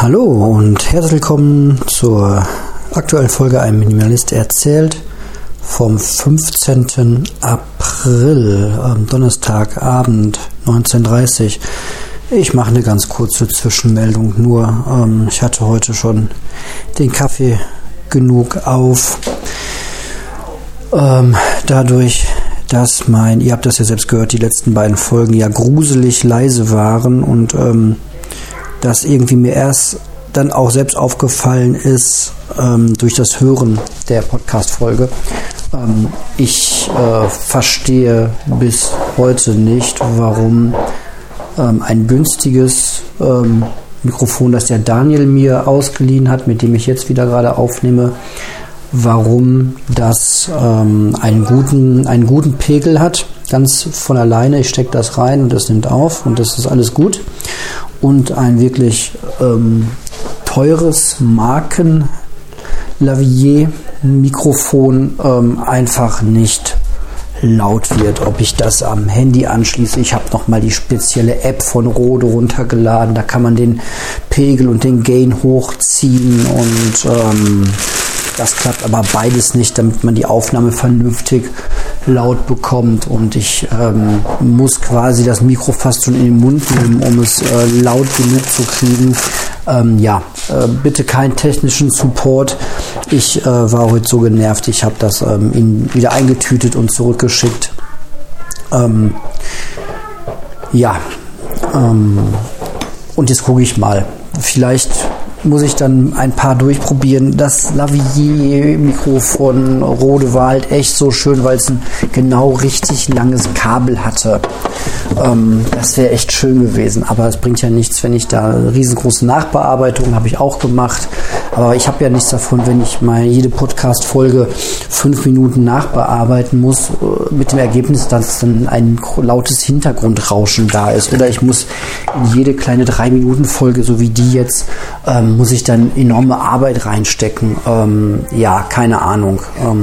Hallo und herzlich willkommen zur aktuellen Folge Ein Minimalist erzählt vom 15. April, Donnerstagabend 19:30 Uhr. Ich mache eine ganz kurze Zwischenmeldung nur. Ich hatte heute schon den Kaffee genug auf. Dadurch, dass ihr habt das ja selbst gehört, die letzten beiden Folgen ja gruselig leise waren und das irgendwie mir erst dann auch selbst aufgefallen ist durch das Hören der Podcast-Folge. Ich verstehe bis heute nicht, warum ein günstiges Mikrofon, das der Daniel mir ausgeliehen hat, mit dem ich jetzt wieder gerade aufnehme, warum das einen guten Pegel hat, ganz von alleine. Ich stecke das rein und das nimmt auf und das ist alles gut. Und ein wirklich teures Marken-Lavalier-Mikrofon einfach nicht laut wird. Ob ich das am Handy anschließe, ich habe nochmal die spezielle App von Rode runtergeladen, da kann man den Pegel und den Gain hochziehen und das klappt aber beides nicht, damit man die Aufnahme vernünftig laut bekommt und ich muss quasi das Mikro fast schon in den Mund nehmen, um es laut genug zu kriegen. Bitte keinen technischen Support. Ich war heute so genervt, ich habe das wieder eingetütet und zurückgeschickt. Und jetzt gucke ich mal. Vielleicht muss ich dann ein paar durchprobieren. Das Lavalier-Mikro von Rode war halt echt so schön, weil es ein genau richtig langes Kabel hatte. Das wäre echt schön gewesen, aber es bringt ja nichts, wenn ich da riesengroße Nachbearbeitungen habe ich auch gemacht. Aber ich habe ja nichts davon, wenn ich mal jede Podcast-Folge 5 Minuten nachbearbeiten muss, mit dem Ergebnis, dass dann ein lautes Hintergrundrauschen da ist. Oder ich muss in jede kleine 3-Minuten-Folge, so wie die jetzt, muss ich dann enorme Arbeit reinstecken. Keine Ahnung.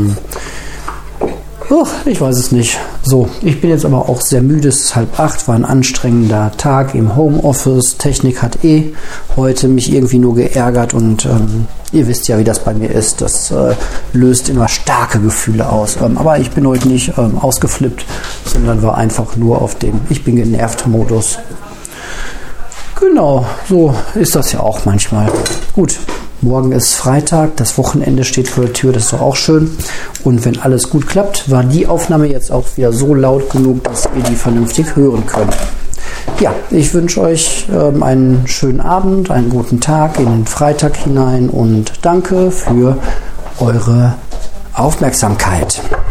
Ich weiß es nicht. So, ich bin jetzt aber auch sehr müde. Es ist 7:30, war ein anstrengender Tag im Homeoffice. Technik hat heute mich irgendwie nur geärgert und ihr wisst ja, wie das bei mir ist. Das löst immer starke Gefühle aus. Aber ich bin heute nicht ausgeflippt, sondern war einfach nur auf dem Ich bin genervt Modus. Genau, so ist das ja auch manchmal. Gut, morgen ist Freitag, das Wochenende steht vor der Tür, das ist doch auch schön. Und wenn alles gut klappt, war die Aufnahme jetzt auch wieder so laut genug, dass ihr die vernünftig hören könnt. Ja, ich wünsche euch einen schönen Abend, einen guten Tag in den Freitag hinein und danke für eure Aufmerksamkeit.